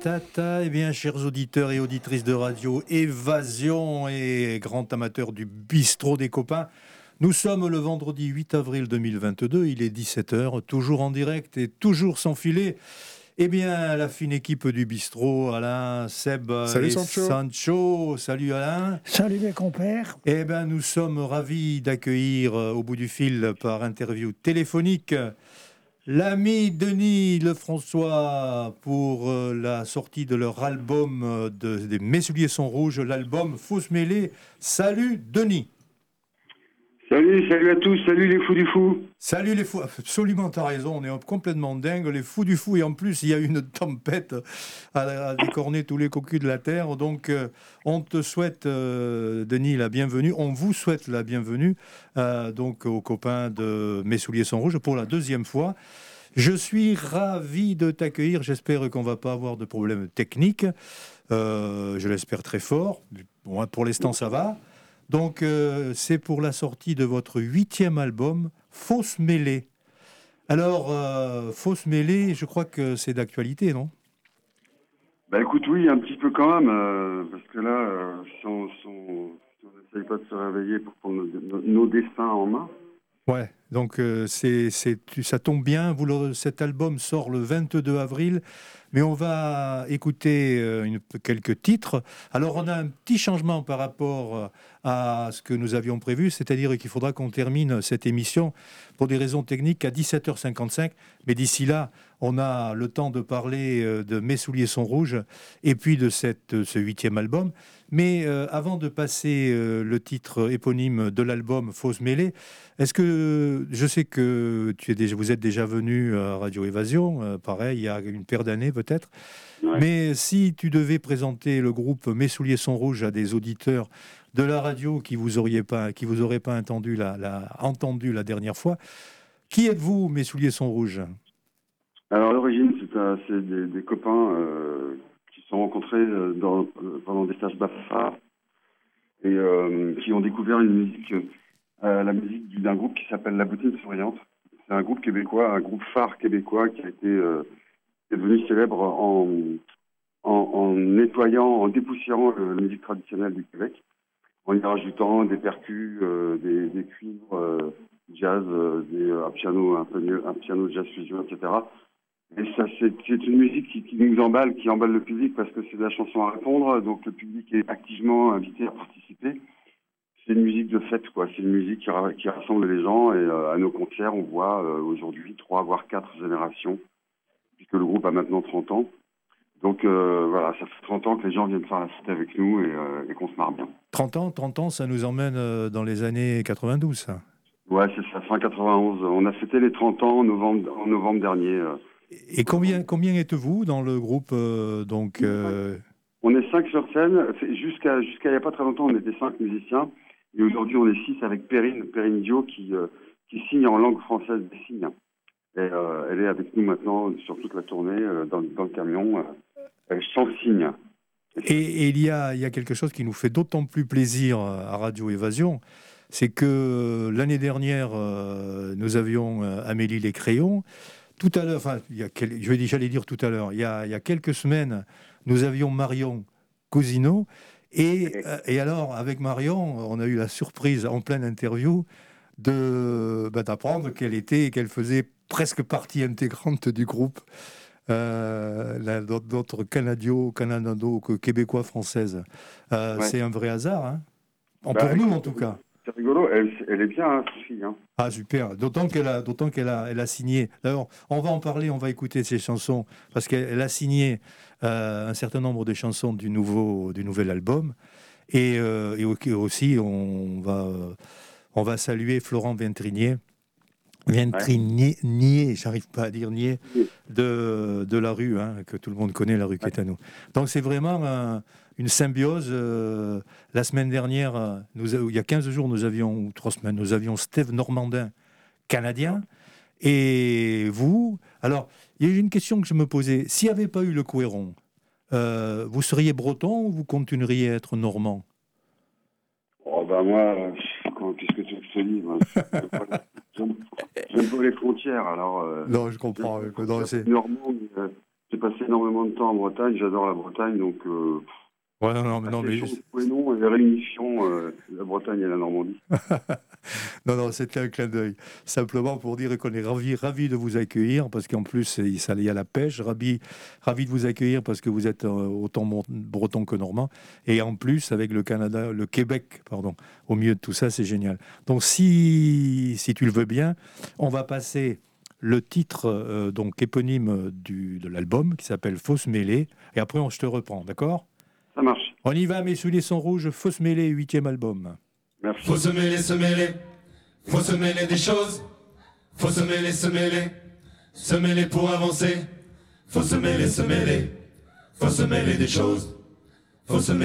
Tata. Eh bien, chers auditeurs et auditrices de Radio Évasion et grands amateurs du bistrot des copains, nous sommes le vendredi 8 avril 2022, il est 17h, toujours en direct et toujours sans filet. Eh bien, la fine équipe du bistrot, Alain, Seb Salut et Sancho. Sancho. Salut Alain. Salut mes compères. Eh bien, nous sommes ravis d'accueillir au bout du fil par interview téléphonique l'ami Denis Lefrançois pour la sortie de leur album des Mes souliers sont rouges, l'album Fausse Mêlée. Salut Denis. Salut à tous, salut les fous du fou. Salut les fous, absolument t'as raison, on est complètement dingue, les fous du fou, et en plus il y a une tempête à décorner tous les cocus de la terre, donc on te souhaite Denis la bienvenue, on vous souhaite la bienvenue donc aux copains de Mes souliers sont rouges pour la deuxième fois. Je suis ravi de t'accueillir, j'espère qu'on ne va pas avoir de problèmes techniques, je l'espère très fort, bon, pour l'instant ça va. Donc, c'est pour la sortie de votre 8e album, Fausse Mêlée. Alors, Fausse Mêlée, je crois que c'est d'actualité, non ? Bah écoute, oui, un petit peu quand même, parce que là, si on n'essaye pas de se réveiller pour prendre nos destins en main. Ouais, donc ça tombe bien, cet album sort le 22 avril, mais on va écouter quelques titres. Alors on a un petit changement par rapport à ce que nous avions prévu, c'est-à-dire qu'il faudra qu'on termine cette émission pour des raisons techniques à 17h55, mais d'ici là, on a le temps de parler de Mes souliers sont rouges et puis de ce 8e album. Mais avant de passer le titre éponyme de l'album Fausse Mêlée, est-ce que je sais que vous êtes déjà venu à Radio Évasion, pareil, il y a une paire d'années peut-être, Ouais. mais si tu devais présenter le groupe Mes souliers sont rouges à des auditeurs de la radio qui vous auraient pas entendu la dernière fois, qui êtes-vous, Mes souliers sont rouges ? Alors à l'origine, c'est des copains qui se sont rencontrés pendant des stages BAFA et qui ont découvert une musique, la musique d'un groupe qui s'appelle La Bottine Souriante. C'est un groupe québécois, un groupe phare québécois qui est devenu célèbre en nettoyant, en dépoussiérant la musique traditionnelle du Québec, en y rajoutant des percus, des cuivres, jazz, un piano jazz fusion, etc. Et ça, c'est une musique qui nous emballe, qui emballe le public parce que c'est de la chanson à répondre, donc le public est activement invité à participer. C'est une musique de fête, quoi. C'est une musique qui rassemble les gens et à nos concerts, on voit aujourd'hui 3 voire 4 générations, puisque le groupe a maintenant 30 ans. Donc voilà, ça fait 30 ans que les gens viennent faire la fête avec nous et qu'on se marre bien. 30 ans, ça nous emmène dans les années 92, ça. Ouais, c'est ça, fin 91. On a fêté les 30 ans en novembre dernier. Et combien êtes-vous dans le groupe donc On est 5 sur scène. Jusqu'à il n'y a pas très longtemps, on était 5 musiciens. Et aujourd'hui, on est 6 avec Perrine Dio qui signe en langue française des signes. Et elle est avec nous maintenant sur toute la tournée, dans le camion. Elle chante signe. Et il y a quelque chose qui nous fait d'autant plus plaisir à Radio Évasion, c'est que l'année dernière, nous avions Amélie Les Crayons. Tout à l'heure, enfin, j'allais dire tout à l'heure, il y a quelques semaines, nous avions Marion Cousineau. Et alors, avec Marion, on a eu la surprise en pleine interview d'apprendre qu'elle faisait presque partie intégrante du groupe. D'autres canado-québécois-françaises. Ouais. C'est un vrai hasard, hein. Pour nous en tout cas. C'est rigolo, elle est bien, cette fille. Hein. Ah super, d'autant qu'elle a signé. D'ailleurs, on va en parler, on va écouter ses chansons, parce qu'elle a signé un certain nombre de chansons du nouvel album. Et aussi, on va saluer Florent Vintrinier, j'arrive pas à dire nier, de la rue, hein, que tout le monde connaît, la rue Quétano. Donc c'est vraiment une symbiose. La semaine dernière, il y a 15 jours, ou 3 semaines, nous avions Steve Normandin, canadien, et vous. Alors, il y a une question que je me posais. S'il n'y avait pas eu le Couéron, vous seriez breton ou vous continueriez à être normand ? Oh ben moi, qu'est-ce que tu veux que je te dise, moi, j'aime pas les frontières, alors... non, je comprends. normand, j'ai passé énormément de temps en Bretagne, j'adore la Bretagne, donc Ouais, non, mais non, et réunifions la Bretagne et la Normandie. non, c'était un clin d'œil. Simplement pour dire qu'on est ravi de vous accueillir, parce qu'en plus, il y a la pêche. Ravi de vous accueillir parce que vous êtes autant breton que normand. Et en plus, avec le Québec, pardon, au milieu de tout ça, c'est génial. Donc, si tu le veux bien, on va passer le titre donc éponyme de l'album qui s'appelle Fausse mêlée. Et après, je te reprends, d'accord ? Ça marche. On y va, mes souliers sont rouges. Fausse mêlée, 8e album. Merci. Faut se mêler, faut se mêler des choses, faut se mêler pour avancer, faut se mêler, faut se mêler des choses, faut se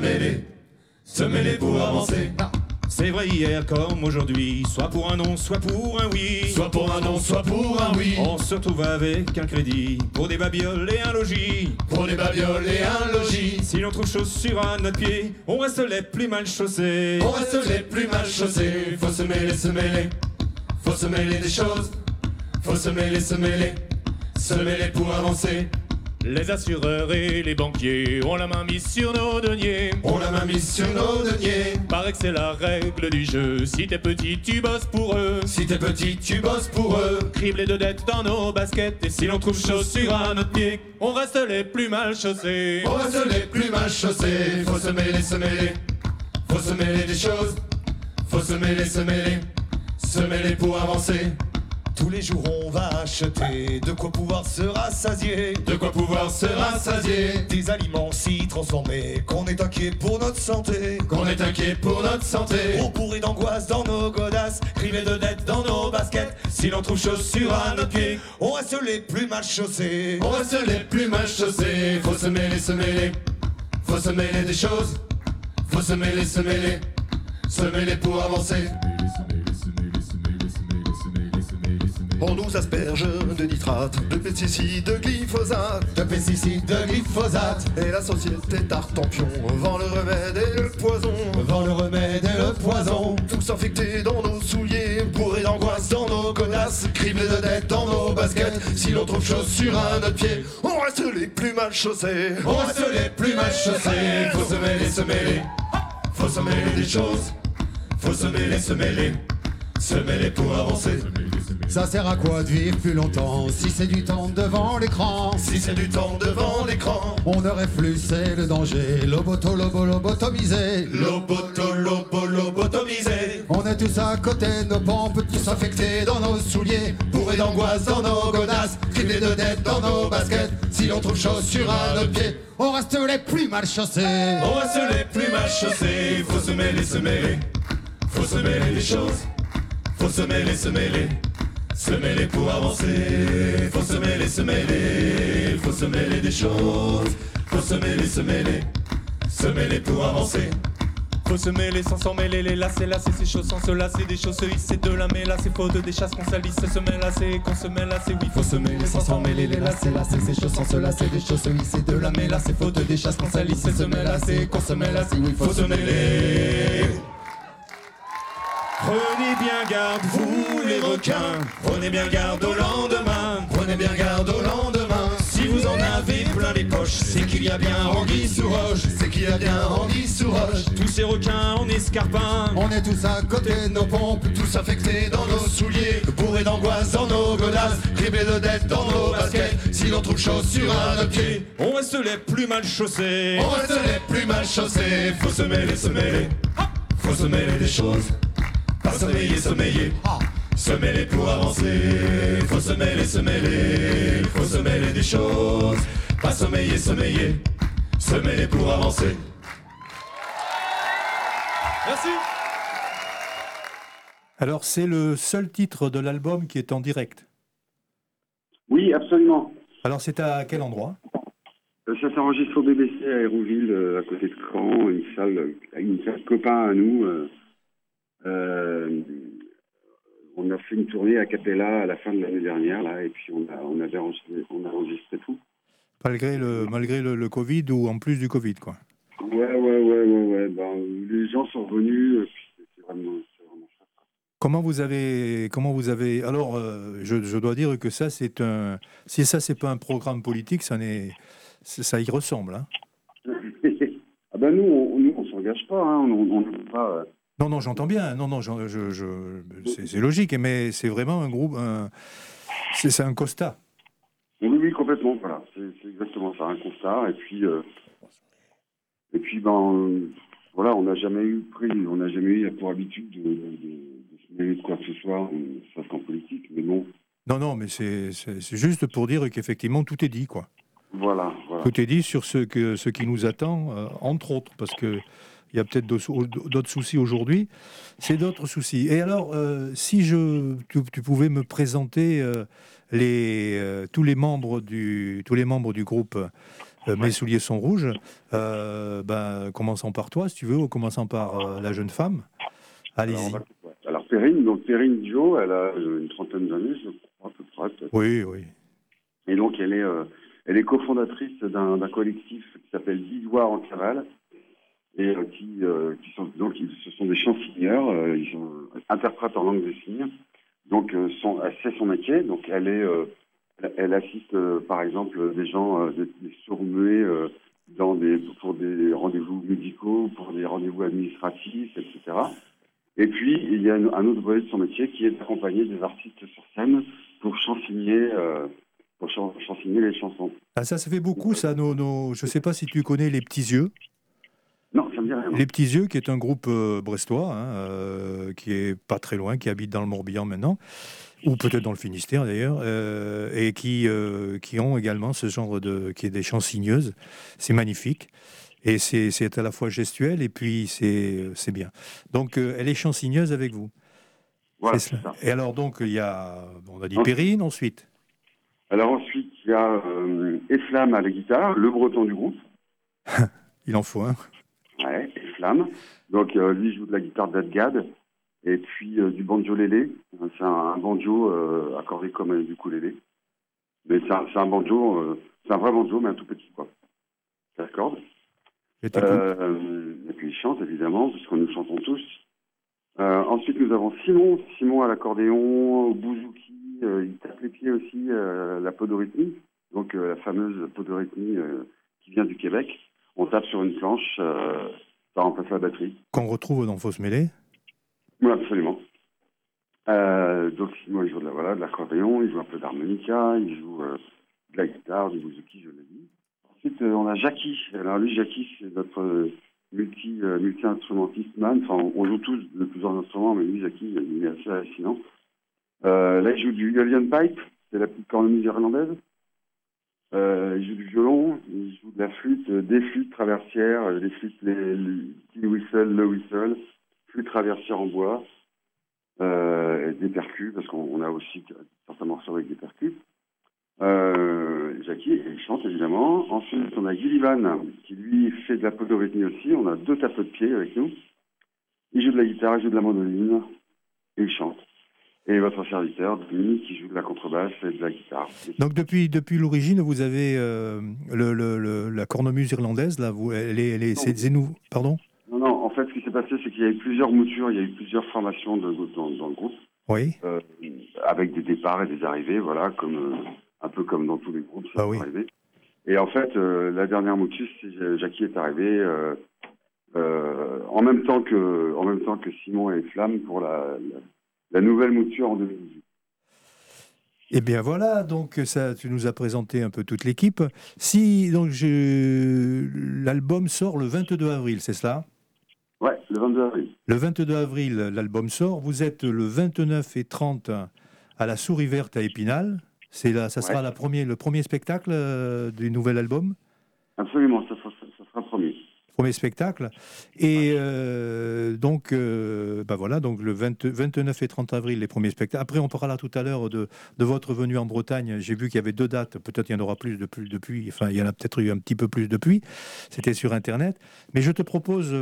mêler pour avancer. C'est vrai hier comme aujourd'hui, soit pour un non, soit pour un oui. Soit pour un non, soit pour un oui. On se retrouve avec un crédit pour des babioles et un logis. Pour des babioles et un logis. Si l'on trouve chaussures à notre pied, on reste les plus mal chaussés. On reste les plus mal chaussés. Faut se mêler, faut se mêler des choses. Faut se mêler pour avancer. Les assureurs et les banquiers ont la main mise sur nos deniers. On la main mise sur nos deniers. Paraît que c'est la règle du jeu. Si t'es petit, tu bosses pour eux. Si t'es petit, tu bosses pour eux. Criblés de dettes dans nos baskets. Et si l'on trouve chaussures à notre pied, on reste les plus mal chaussés. On reste les plus mal chaussés. Faut se mêler, faut se mêler des choses. Faut se mêler pour avancer. Tous les jours on va acheter de quoi pouvoir se rassasier. De quoi pouvoir se rassasier. Des aliments si transformés qu'on est inquiet pour notre santé. Qu'on est inquiet pour notre santé. On pourrit d'angoisse dans nos godasses, crivés de dettes dans nos baskets. Si l'on trouve chaussures à nos pieds, On reste les plus mal chaussés. on reste les plus mal chaussés. Faut se mêler, faut se mêler des choses. Faut se mêler pour avancer. On nous asperge de nitrates, de pesticides, de glyphosate. De pesticides, de glyphosate. Et la société Tartampion vend le remède et le poison. Vend le remède et le poison. Tous infectés dans nos souliers, Bourrés d'angoisse dans nos godasses, criblés de dettes dans nos baskets. Si l'on trouve chaussures à notre pied, on reste les plus mal chaussés. on reste les plus mal chaussés. Faut se mêler, faut se mêler des choses. Faut se mêler pour avancer. Ça sert à quoi de vivre plus longtemps si c'est du temps devant l'écran? Si c'est du temps devant l'écran, On ne rêve plus, c'est le danger. Lobotomisé. lobotomisé. On est tous à côté de nos pompes, tous infectés dans nos souliers. Bourrés d'angoisse dans nos godasses, criblés de dettes dans nos baskets. Si l'on trouve chaussures à nos pieds, On reste les plus mal chaussés. on reste les plus mal chaussés. Faut se mêler, faut se mêler des choses. Faut se mêler pour avancer. Faut se mêler, faut se mêler des choses. Faut se mêler pour avancer. Faut se mêler sans s'en mêler, les lacets, c'est chaud sans se lasser, des choses se hisser de la mêlée, c'est faute des chasses qu'on salisse, se mêler, qu'on se mêle, oui, faut se mêler sans s'en mêler, les lacets, c'est chaud sans se lasser, des choses se hisser de la mêlée, c'est faute des chasses qu'on salisse, se mêler, qu'on se mêle, oui, Faut se mêler. Prenez bien garde, vous les requins, Prenez bien garde au lendemain. Prenez bien garde au lendemain. si vous en avez plein les poches, C'est qu'il y a bien anguille sous roche. C'est qu'il y a bien anguille sous roche. tous ces requins en escarpins, On est tous à côté de nos pompes, Tous infectés dans nos souliers, bourrés d'angoisse dans nos godasses, criblés de dettes dans nos baskets. Si l'on trouve chaussures à nos pieds, on reste les plus mal chaussés. on reste les plus mal chaussés. Faut se mêler, faut se mêler des choses. Pas sommeiller, se mêler pour avancer. Faut se mêler, faut se mêler des choses. Pas sommeiller, se mêler pour avancer. Merci. Alors, c'est le seul titre de l'album qui est en direct. Oui, absolument. Alors, c'est à quel endroit? Ça s'enregistre au BBC à Hérouville, à côté de Caen, une salle copain à nous. On a fait une tournée à Capella à la fin de l'année dernière, là, et puis on a enregistré tout. Malgré le Covid ou en plus du Covid, quoi. Ouais. Ben, les gens sont venus, puis c'est vraiment chouette. Comment vous avez alors je dois dire que ça c'est si ça c'est pas un programme politique, ça y ressemble, hein. Ah ben nous on s'engage pas, hein. On ne peut pas. Non, j'entends bien. Non, c'est logique, mais c'est vraiment un groupe, c'est un constat. Oui, complètement. Voilà, c'est exactement ça, un constat. Et puis voilà, on n'a jamais eu pour habitude de se mêler de quoi que ce soit, sauf qu'en politique, mais bon. Non, mais c'est juste pour dire qu'effectivement tout est dit, quoi. Voilà. Tout est dit sur ce qui nous attend, entre autres, parce que il y a peut-être d'autres soucis aujourd'hui. C'est d'autres soucis. Et alors, si tu pouvais me présenter tous les membres du groupe Mes souliers sont rouges, commençant par toi, si tu veux, ou commençant par la jeune femme. Allez-y. Alors Perrine Jo, elle a une trentaine d'années, je crois, à peu près. Peut-être. Oui. Et donc, elle est cofondatrice d'un collectif qui s'appelle Bisoir en cavale. Et ce sont des chansonneurs, ils sont interprètes en langue des signes. Donc, c'est son métier. Donc, elle assiste, par exemple, des gens, des sourds-muets pour des rendez-vous médicaux, pour des rendez-vous administratifs, etc. Et puis, il y a un autre volet de son métier qui est d'accompagner des artistes sur scène pour chansigner les chansons. Ah, ça fait beaucoup, ça. Je ne sais pas si tu connais Les Petits Yeux. Non, ça me dit rien. Les Petits Yeux, qui est un groupe brestois, qui est pas très loin, qui habite dans le Morbihan maintenant, ou peut-être dans le Finistère d'ailleurs, et qui ont également ce genre qui est des chansigneuses. C'est magnifique. Et c'est à la fois gestuel et puis c'est bien. Donc, elle est chansigneuse avec vous. Voilà, c'est ça. Et alors, donc, on a dit Perrine, ensuite. Alors ensuite, il y a Eflam à la guitare, le breton du groupe. Il en faut un. Ouais, Eflam. Donc, lui, il joue de la guitare d'Adgad. Et puis, du banjo-lélé. C'est un banjo accordé comme du ukulélé. Mais c'est un banjo, c'est un vrai banjo, mais un tout petit, quoi. Ça s'accorde. Et puis il chante évidemment, puisque nous chantons tous. Ensuite nous avons Simon à l'accordéon, au bouzouki, il tape les pieds aussi, la podorythmie, donc la fameuse podorythmie qui vient du Québec. On tape sur une planche, ça remplace la batterie. Qu'on retrouve dans Fausse Mêlée. Oui, absolument. Donc Simon il joue de l'accordéon, il joue un peu d'harmonica, il joue de la guitare, du bouzouki, je l'ai dit. Ensuite, on a Jackie. Alors lui, Jackie, c'est notre multi-instrumentiste man. Enfin, on joue tous de plusieurs instruments, mais lui, Jackie, il est assez hallucinant. Là, il joue du Alien Pipe, c'est la petite cornemuse irlandaise. Il joue du violon, il joue de la flûte, des flûtes traversières, les flûtes, les whistle, le whistle, flûte traversière en bois, des percus, parce qu'on a aussi certains morceaux avec des percus. Jackie, il chante évidemment. Ensuite, on a Gillivan qui lui fait de la podorythmie aussi. On a 2 tapeaux de pied avec nous. Il joue de la guitare, il joue de la mandoline et il chante. Et votre serviteur, Denis, qui joue de la contrebasse et de la guitare. Donc depuis l'origine, vous avez la cornemuse irlandaise là. C'est nouveau. Pardon. Non. En fait, ce qui s'est passé, c'est qu'il y a eu plusieurs moutures, il y a eu plusieurs formations dans le groupe. Oui. Avec des départs et des arrivées, voilà, un peu comme dans tous les groupes, ça peut arriver. Et en fait, la dernière mouture, Jackie est arrivé en même temps que Simon et Flamme pour la nouvelle mouture en 2018. Eh bien voilà, donc ça, tu nous as présenté un peu toute l'équipe. L'album sort le 22 avril, c'est cela ? Ouais, le 22 avril. Le 22 avril, l'album sort. Vous êtes le 29 et 30 à la Souris Verte à Épinal. Ça sera le premier spectacle du nouvel album ? Absolument, ça sera le premier. Premier spectacle. Et donc le 29 et 30 avril, les premiers spectacles. Après, on parlera tout à l'heure de votre venue en Bretagne. J'ai vu qu'il y avait 2 dates. Peut-être il y en aura plus depuis. Enfin, il y en a peut-être eu un petit peu plus depuis. C'était sur Internet. Mais je te propose...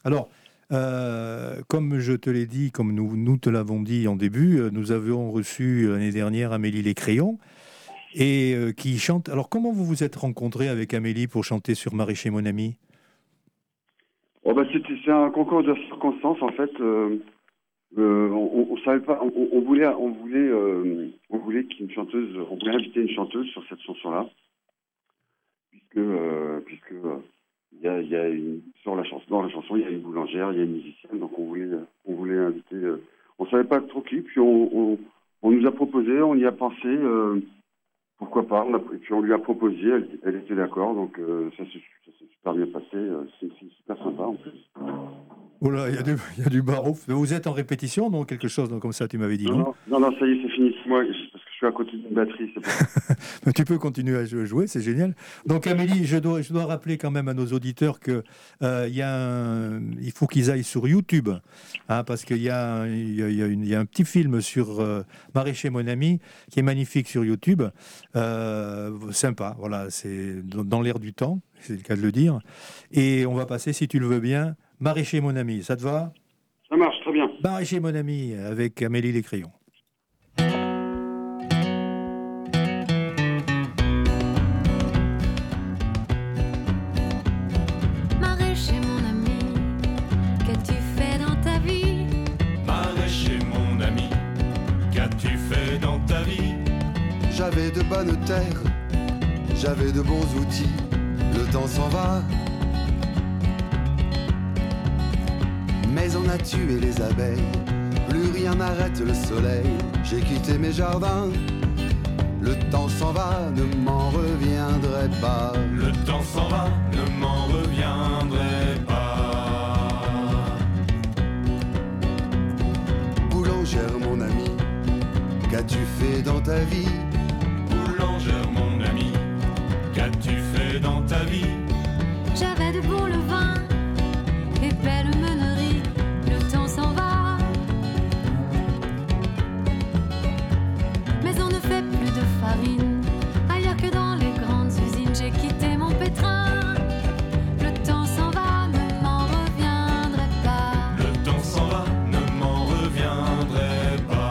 comme je te l'ai dit, comme nous te l'avons dit en début, nous avions reçu l'année dernière Amélie Les Crayons et qui chante. Alors, comment vous vous êtes rencontrés avec Amélie pour chanter sur Maraîcher mon ami ? C'est un concours de circonstances. En fait, On savait pas. On voulait qu'une chanteuse. On voulait inviter une chanteuse sur cette chanson-là, puisque il y a dans la chanson il y a une boulangère, il y a une musicienne, donc on voulait inviter. On savait pas trop qui, puis on nous a proposé, on y a pensé. Pourquoi pas, et puis on lui a proposé, elle était d'accord, donc ça s'est super bien passé, c'est super sympa en plus. Oh là, il y a du barouf. Vous êtes en répétition, non? Quelque chose comme ça, tu m'avais dit, non? Non, ça y est, c'est fini. Moi, parce que je suis à côté d'une batterie, c'est pas... Mais tu peux continuer à jouer, c'est génial. Donc Amélie, je dois rappeler quand même à nos auditeurs que il faut qu'ils aillent sur YouTube, hein, parce qu'il y a un petit film sur Maraîcher mon ami qui est magnifique sur YouTube, sympa. Voilà, c'est dans l'air du temps, c'est le cas de le dire. Et on va passer, si tu le veux bien, Maraîcher mon ami. Ça te va? Ça marche très bien. Maraîcher mon ami avec Amélie Lécrion. J'avais de bonnes terres, j'avais de bons outils, le temps s'en va. Mais on a tué les abeilles, plus rien n'arrête le soleil. J'ai quitté mes jardins, le temps s'en va, ne m'en reviendrai pas. Le temps s'en va, ne m'en reviendrai pas. Boulangère mon ami, qu'as-tu fait dans ta vie? Boulangère mon ami, qu'as-tu fait dans ta vie? J'avais de bons levains et belle meunerie, le temps s'en va. Mais on ne fait plus de farine ailleurs que dans les grandes usines. J'ai quitté mon pétrin, le temps s'en va, ne m'en reviendrai pas. Le temps s'en va, ne m'en reviendrai pas.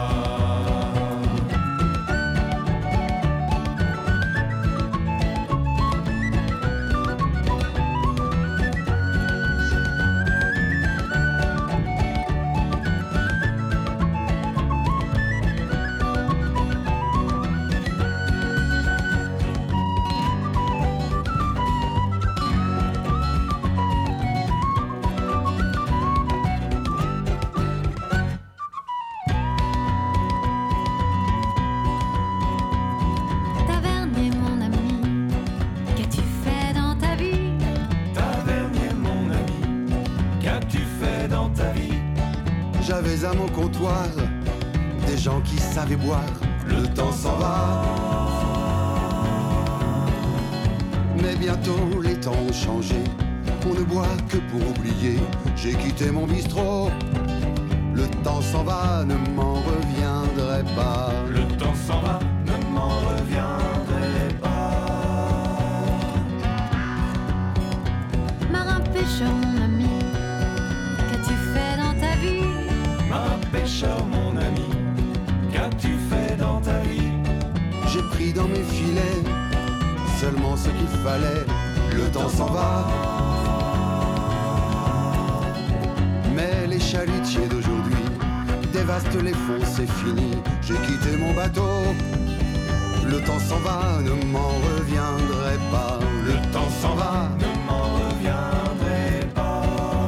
Tavernier mon ami, qu'as-tu fait dans ta vie? Tavernier mon ami, qu'as-tu fait dans ta vie? J'avais à mon comptoir des gens qui savaient boire, le temps s'en va. Mais bientôt les temps ont changé, on ne boit que pour oublier. J'ai quitté mon bistrot, le temps s'en va, ne m'en reviendrai pas. Le temps s'en va, ne m'en reviendrai pas. Marin pêcheur mon ami, qu'as-tu fait dans ta vie? Marin pêcheur mon ami, qu'as-tu fait dans ta vie? J'ai pris dans mes filets seulement ce qu'il fallait, le temps s'en va. Mais les chalutiers d'aujourd'hui dévastent les fonds, c'est fini. J'ai quitté mon bateau, le temps s'en va, ne m'en reviendrai pas. Le temps s'en va, Ne m'en reviendrai pas.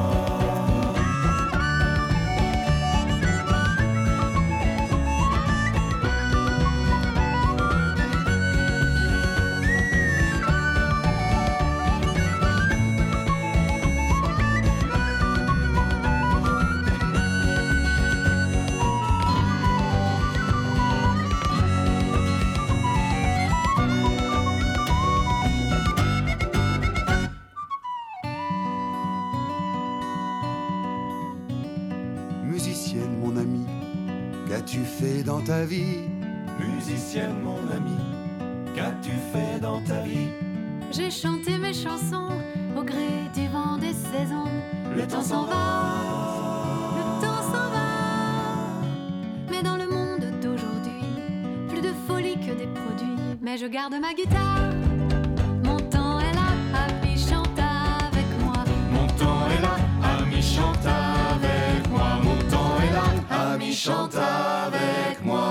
musicienne mon ami, qu'as-tu fait dans ta vie? Musicienne mon ami, qu'as-tu fait dans ta vie? J'ai chanté mes chansons au gré du vent des saisons. Le temps s'en va, le temps s'en va. Mais dans le monde d'aujourd'hui, plus de folie que des produits. Mais je garde ma guitare, mon temps est là, ami chante avec moi. Mon temps est là, ami chante avec moi. Mon temps est là, chante avec moi.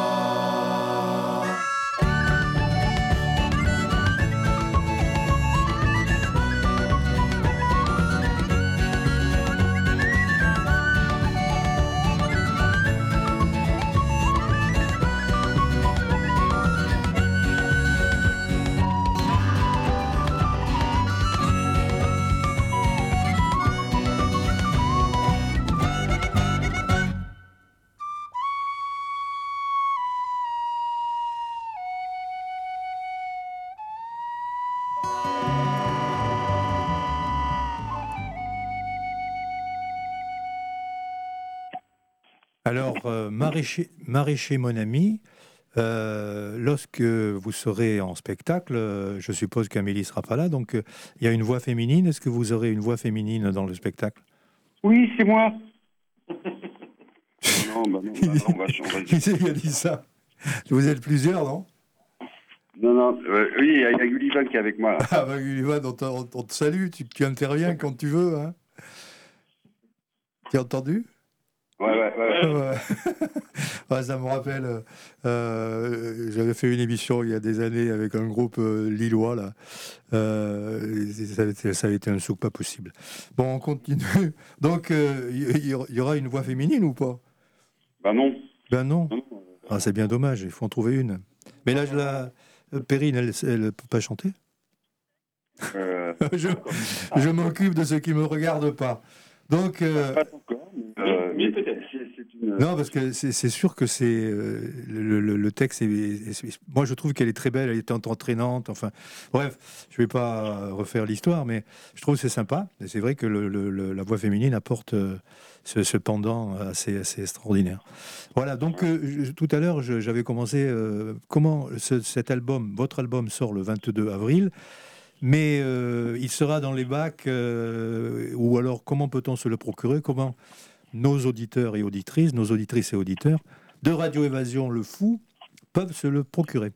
Alors, maraîcher mon ami, lorsque vous serez en spectacle, je suppose qu'Amélie ne sera pas là, donc il y a une voix féminine. Est-ce que vous aurez une voix féminine dans le spectacle? Oui, c'est moi. Non, bah non, on va changer. Qui c'est qui a dit ça? Vous êtes plusieurs, non? Non, oui, il y a Gullivan qui est avec moi. Là. Ah bah Gullivan, on te salue, tu interviens quand tu veux. Hein. Tu as entendu? Ouais. Ouais, ça me rappelle, j'avais fait une émission il y a des années avec un groupe lillois, là. Ça avait été un souk pas possible. Bon, on continue. Donc, il y aura une voix féminine ou pas? Bah non. Ben non. Ah, c'est bien dommage, il faut en trouver une. Mais là, Perrine, elle ne peut pas chanter? Je m'occupe de ceux qui ne me regardent pas. Donc, pas encore, mais peut-être. Non, parce que c'est sûr que c'est le texte. Moi, je trouve qu'elle est très belle, elle est entraînante. Enfin, bref, je ne vais pas refaire l'histoire, mais je trouve que c'est sympa. Et c'est vrai que la voix féminine apporte ce pendant assez extraordinaire. Voilà. Donc, tout à l'heure, j'avais commencé. Comment cet album, votre album, sort le 22 avril. Mais il sera dans les bacs, ou alors comment peut-on se le procurer? Comment nos auditeurs et auditrices, nos auditrices et auditeurs de Radio Évasion Le Fou peuvent se le procurer?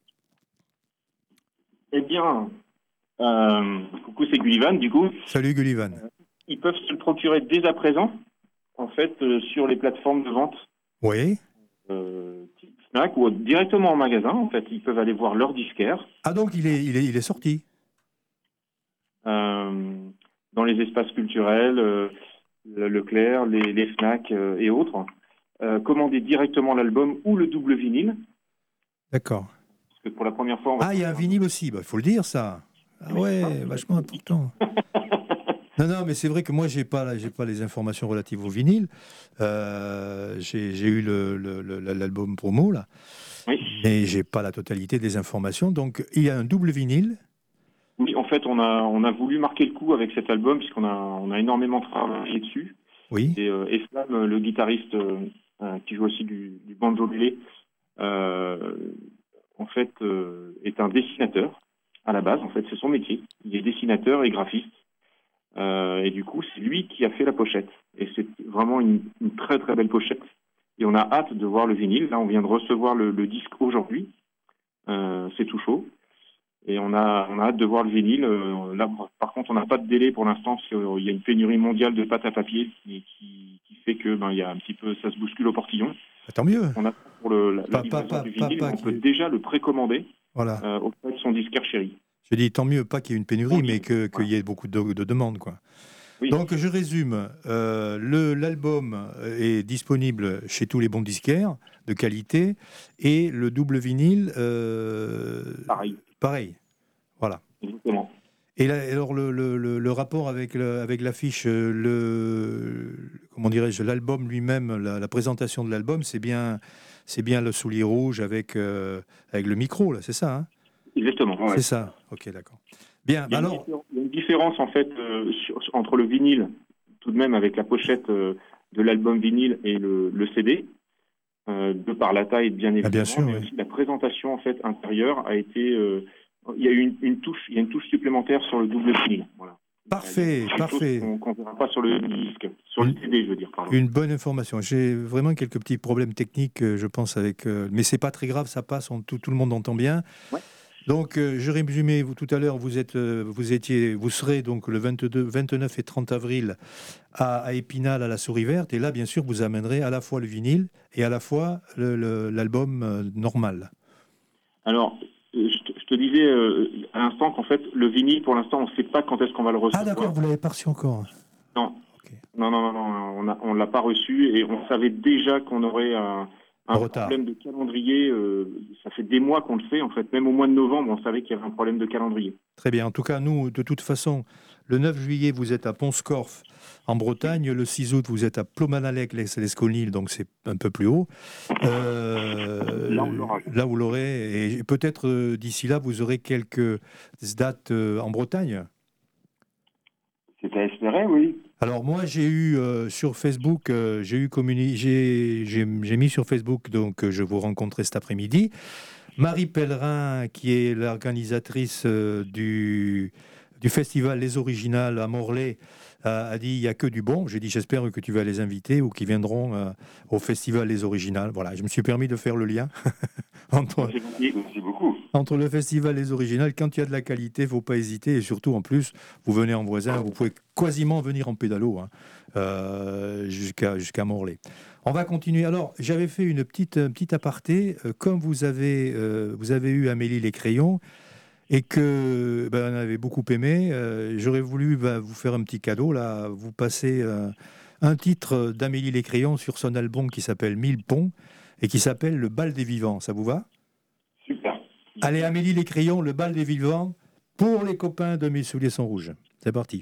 Eh bien, coucou, c'est Gullivan, du coup. Salut Gullivan. Ils peuvent se le procurer dès à présent, en fait, sur les plateformes de vente. Oui. Fnac, ou directement en magasin, en fait. Ils peuvent aller voir leur disquaire. Ah, donc il est sorti dans les espaces culturels, Leclerc, les Fnac et autres. Commander directement l'album ou le double vinyle. D'accord. Parce que pour la première fois... il y a un vinyle aussi, faut le dire, ça. Ah ouais, vachement important. Non, mais c'est vrai que moi, j'ai pas les informations relatives au vinyle. J'ai eu l'album promo, là. Oui. Mais j'ai pas la totalité des informations. Donc, il y a un double vinyle. Oui, en fait, on a voulu marquer le coup avec cet album, puisqu'on a énormément travaillé dessus. Oui. Et Eslam, le guitariste qui joue aussi du banjo-belé, en fait, est un dessinateur à la base. En fait, c'est son métier. Il est dessinateur et graphiste. Et du coup, c'est lui qui a fait la pochette. Et c'est vraiment une très très belle pochette. Et on a hâte de voir le vinyle. Là, on vient de recevoir le disque aujourd'hui. C'est tout chaud. Et on a hâte de voir le vinyle. Là, par contre, on n'a pas de délai pour l'instant, parce qu'il y a une pénurie mondiale de pâte à papier qui fait que il y a un petit peu, ça se bouscule au portillon. Tant mieux. On a pour la livraison du vinyle, on peut déjà le précommander auprès de son disquaire chéri. Je dis tant mieux, pas qu'il y ait une pénurie, mais qu'il y ait beaucoup de demandes, quoi. Oui. Donc, je résume. L'album est disponible chez tous les bons disquaires de qualité, et le double vinyle, pareil. Voilà. Exactement. Et là, alors le rapport avec l'affiche, comment dirais-je, l'album lui-même, la présentation de l'album, c'est bien le soulier rouge avec le micro, là, c'est ça, hein? Exactement. Ouais. C'est ça. Ok, d'accord. Bien. Il y a une différence en fait entre le vinyle, tout de même avec la pochette de l'album vinyle et le CD, de par la taille bien évidemment, bien sûr, mais aussi la présentation en fait intérieure a été. Il y a eu une touche supplémentaire sur le double vinyle. Voilà. Parfait. Qu'on ne verra pas sur le disque, sur le CD, je veux dire. Pardon. Une bonne information. J'ai vraiment quelques petits problèmes techniques, je pense, mais c'est pas très grave, ça passe, tout le monde entend bien. Ouais. Donc, je résumais, tout à l'heure, vous serez donc le 22, 29 et 30 avril à Épinal, à la Souris Verte. Et là, bien sûr, vous amènerez à la fois le vinyle et à la fois l'album normal. Alors, je te disais à l'instant qu'en fait, le vinyle, pour l'instant, on ne sait pas quand est-ce qu'on va le recevoir. Ah d'accord, vous ne l'avez pas reçu encore. Non. Okay. Non, on ne l'a pas reçu et on savait déjà qu'on aurait un problème de calendrier. Ça fait des mois qu'on le sait, en fait. Même au mois de novembre, on savait qu'il y avait un problème de calendrier. Très bien. En tout cas, nous, de toute façon, le 9 juillet, vous êtes à Pont-Scorff, en Bretagne. Le 6 août, vous êtes à Plomanalec, l'Esconil, donc c'est un peu plus haut. Là où l'aurez. Et peut-être d'ici là, vous aurez quelques dates en Bretagne. C'est à espérer, oui. Alors moi, j'ai eu sur Facebook, j'ai mis sur Facebook, donc je vous rencontrerai cet après-midi, Marie Pellerin, qui est l'organisatrice du festival Les Originales à Morlaix, a dit il n'y a que du bon. J'ai dit j'espère que tu vas les inviter ou qu'ils viendront au festival Les Originales. Voilà, je me suis permis de faire le lien entre le festival Les Originales. Quand il y a de la qualité, il ne faut pas hésiter. Et surtout, en plus, vous venez en voisin, vous pouvez quasiment venir en pédalo jusqu'à Morlaix. On va continuer. Alors, j'avais fait une petite aparté. Comme vous avez eu Amélie Les Crayons, et que on avait beaucoup aimé, j'aurais voulu vous faire un petit cadeau, là, vous passer un titre d'Amélie Les Crayons sur son album qui s'appelle 1000 ponts et qui s'appelle Le Bal des Vivants. Ça vous va ? Super. Allez, Amélie Les Crayons, Le Bal des Vivants, pour les copains de Mes souliers sont rouges. C'est parti.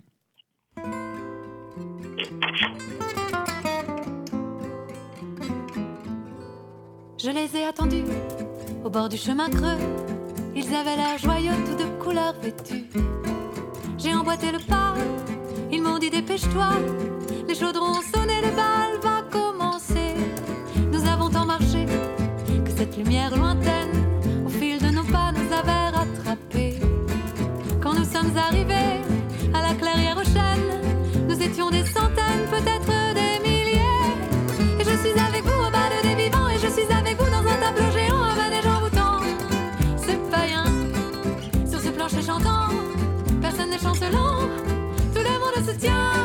Je les ai attendus au bord du chemin creux. Ils avaient l'air joyeux, tous de couleurs vêtus. J'ai emboîté le pas, ils m'ont dit dépêche-toi. Les chaudrons ont sonné, le bal va commencer. Nous avons tant marché que cette lumière lointaine, au fil de nos pas, nous avait rattrapés. Quand nous sommes arrivés à la clairière aux chênes, nous étions des centaines, peut-être des milliers. Et je suis avec vous au bal des vivants, et je suis avec vous dans un tableau géant, un manège envoûtant. Plancher chantant, personne n'est chancelant, tout le monde se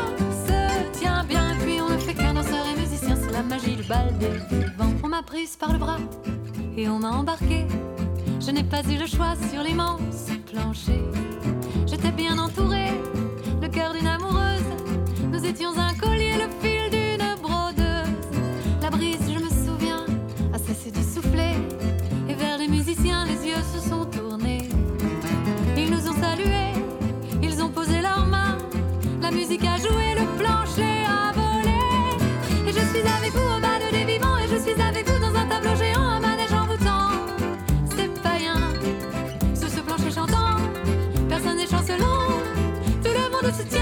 tient bien, et puis on ne fait qu'un danseur et musicien, c'est la magie du bal des vivants. On m'a prise par le bras et on m'a embarqué, je n'ai pas eu le choix sur l'immense plancher. J'étais bien entourée, le cœur d'une amoureuse, nous étions un collier, le fil d'une brodeuse. La brise, je me souviens, a cessé de souffler, et vers les musiciens les yeux se sont tournés. Ils nous ont salués, ils ont posé leurs mains, la musique a joué, le plancher a volé. Et je suis avec vous au bal des vivants, et je suis avec vous dans un tableau géant, un manège envoûtant. C'est païen, sur ce plancher chantant, personne n'est chancelant, tout le monde se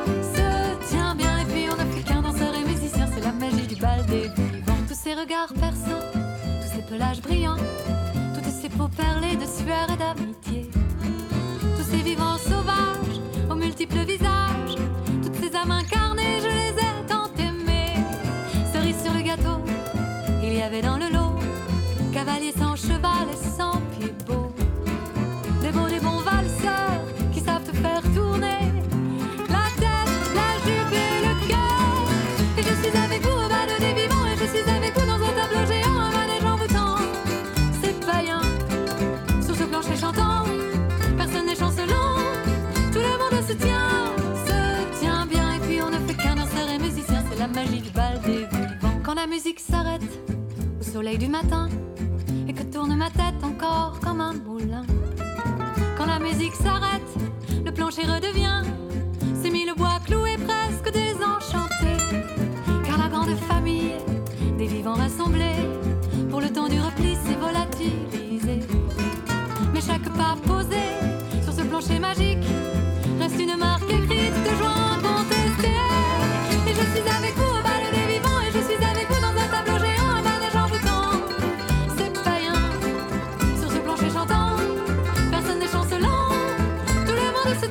tient bien, et puis on ne fait qu'un danseur et musicien, c'est la magie du bal des vivants. Tous ces regards perçants, tous ces pelages brillants, toutes ces peaux perlées de sueur et d'amitié. Ces vivants sauvages, aux multiples visages, toutes ces âmes incarnées, je les ai tant aimées. Cerise sur le gâteau, il y avait dans le lot cavaliers sans cheval et sans pied beau. Des bons valseurs qui savent te faire tourner la tête, la jupe et le cœur. Et je suis avec vous au bal des vivants, et je suis avec vous dans un tableau géant, un manège envoûtant. C'est païen, sur ce plancher chantant, personne n'est chancelant, tout le monde se tient bien, et puis on ne fait qu'un danseur et musicien, c'est la magie du bal des vivants. Quand la musique s'arrête au soleil du matin, et que tourne ma tête encore comme un moulin. Quand la musique s'arrête, le plancher redevient ces mille bois cloués presque désenchantés. Car la grande famille des vivants rassemblés, pour le temps du repli s'est volatilisée. Mais chaque pas posé sur ce plancher magique reste une marque écrite de joie incontestée. Et je suis avec vous au bal des vivants, et je suis avec vous dans un tableau géant, un manège envoûtant. C'est païen, sur ce plancher chantant, personne n'est chancelant, tout le monde se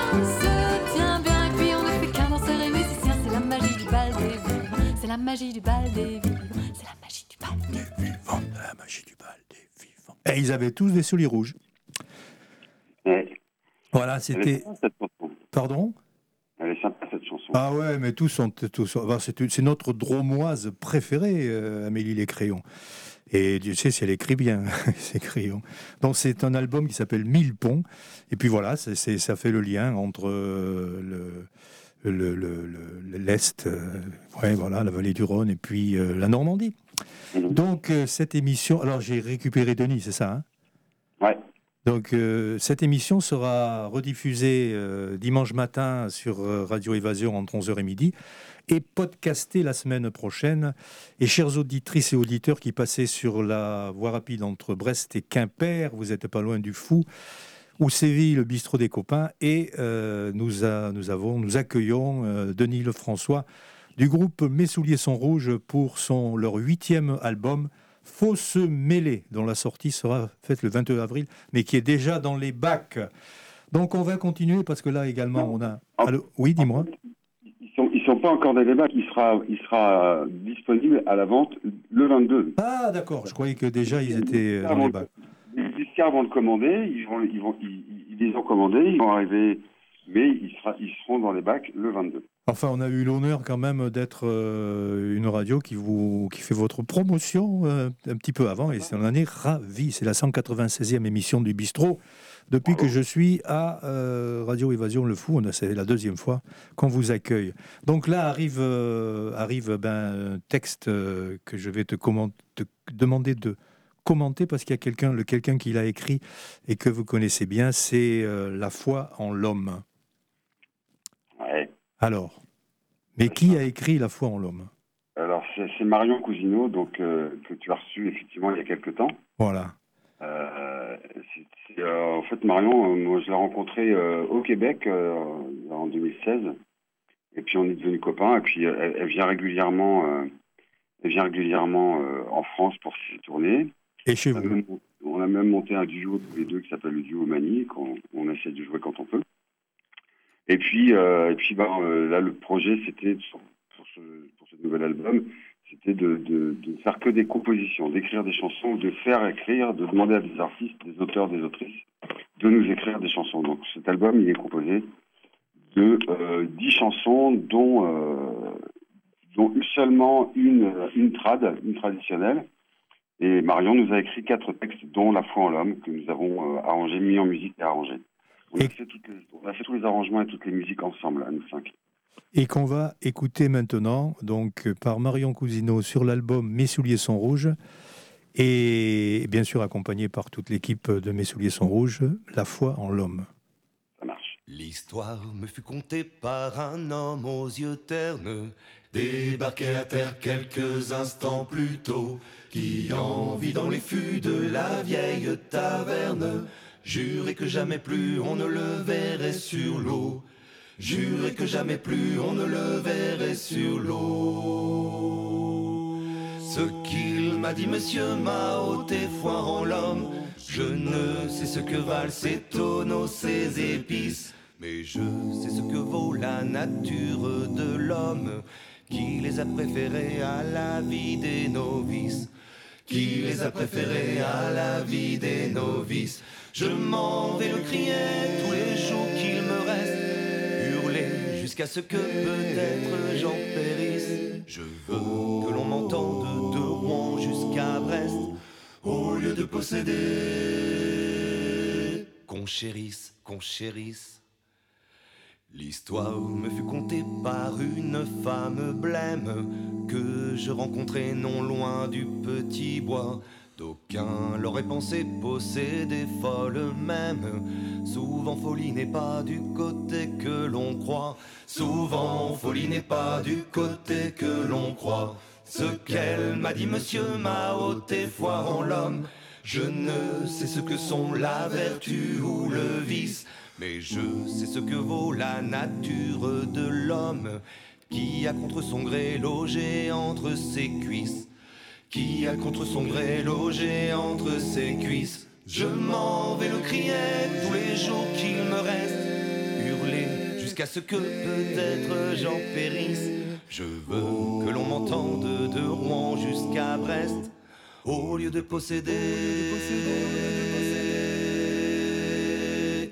tient bien, et puis on ne fait qu'un danseur et musicien, c'est la magie du bal des vivants, c'est la magie du bal des vivants, c'est la magie du bal des vivants, la magie du bal des vivants. Et ils avaient tous des souliers rouges. Voilà, Elle est c'était... sympa, cette chanson. Pardon ? Elle est sympa, cette chanson. Ah ouais, mais c'est notre dromoise préférée, Amélie Les Crayons. Et Dieu sait si elle écrit bien, ces crayons. Donc c'est un album qui s'appelle Mille ponts. Et puis voilà, ça fait le lien entre l'Est, voilà, la vallée du Rhône, et puis la Normandie. Donc cette émission... Alors j'ai récupéré Denis, c'est ça, hein ? Ouais. Donc cette émission sera rediffusée dimanche matin sur Radio Évasion entre 11h et midi et podcastée la semaine prochaine. Et chères auditrices et auditeurs qui passaient sur la voie rapide entre Brest et Quimper, vous n'êtes pas loin du Fou, où sévit le bistrot des copains, et nous accueillons Denis Lefrançois du groupe Mes souliers sont rouges pour leur 8e album Faut se mêler, dont la sortie sera faite le 22 avril, mais qui est déjà dans les bacs. Donc on va continuer parce que là également on a... Allô, oui, dis-moi. Ils sont pas encore dans les bacs. Il sera disponible à la vente le 22. Ah d'accord, je croyais que déjà ils étaient dans les bacs. Les disquaires vont le commander, ils les ont commandés, ils vont arriver, mais ils seront dans les bacs le 22. Enfin, on a eu l'honneur quand même d'être une radio qui fait votre promotion un petit peu avant, et on en est ravis. C'est la 196e émission du Bistrot depuis que je suis à Radio Évasion Le Fou. C'est la 2e fois qu'on vous accueille. Donc là arrive un texte que je vais te demander de commenter, parce qu'il y a quelqu'un qui l'a écrit et que vous connaissez bien, c'est La foi en l'homme. Ouais. Alors, mais qui a écrit La foi en l'homme ? Alors, c'est Marion Cousineau, donc, que tu as reçu effectivement il y a quelques temps. Voilà. En fait, Marion, moi, je l'ai rencontrée au Québec en 2016. Et puis, on est devenus copains. Et puis, elle vient régulièrement en France pour ses tournées. Et chez vous ? On a même monté un duo tous les deux qui s'appelle le duo Mani, qu'on essaie de jouer quand on peut. Et puis, là, le projet, c'était, pour ce nouvel album, c'était de faire que des compositions, d'écrire des chansons, de faire écrire, de demander à des artistes, des auteurs, des autrices, de nous écrire des chansons. Donc cet album, il est composé de 10 chansons, dont seulement une traditionnelle. Et Marion nous a écrit 4 textes, dont La foi en l'homme, que nous avons arrangé, mis en musique et arrangé. On a fait tous les arrangements et toutes les musiques ensemble, à nous 5. Et qu'on va écouter maintenant, donc par Marion Cousineau sur l'album Mes souliers sont rouges, et bien sûr accompagné par toute l'équipe de Mes souliers sont rouges, La foi en l'homme. Ça marche. L'histoire me fut contée par un homme aux yeux ternes, débarqué à terre quelques instants plus tôt, qui en vit dans les fûts de la vieille taverne, jurait que jamais plus on ne le verrait sur l'eau. Jurait que jamais plus on ne le verrait sur l'eau. Ce qu'il m'a dit, monsieur, m'a ôté foi en l'homme. Je ne sais ce que valent ces tonneaux, ces épices, mais je sais ce que vaut la nature de l'homme, qui les a préférés à la vie des novices. Qui les a préférés à la vie des novices. Je m'en vais le crier tous les jours qu'il me reste, hurler jusqu'à ce que peut-être j'en périsse. Je veux que l'on m'entende de Rouen jusqu'à Brest, au lieu de posséder. Qu'on chérisse, qu'on chérisse. L'histoire me fut contée par une femme blême que je rencontrai non loin du petit bois. D'aucuns l'auraient pensé posséder folle même. Souvent folie n'est pas du côté que l'on croit. Souvent folie n'est pas du côté que l'on croit. Ce qu'elle m'a dit, monsieur, m'a ôté foi en l'homme. Je ne sais ce que sont la vertu ou le vice, mais je sais ce que vaut la nature de l'homme, qui a contre son gré logé entre ses cuisses. Qui a contre son gré logé entre ses cuisses. Je m'en vais le crier tous les jours qu'il me reste, hurler jusqu'à ce que peut-être j'en périsse. Je veux que l'on m'entende de Rouen jusqu'à Brest, au lieu de posséder. Qu'on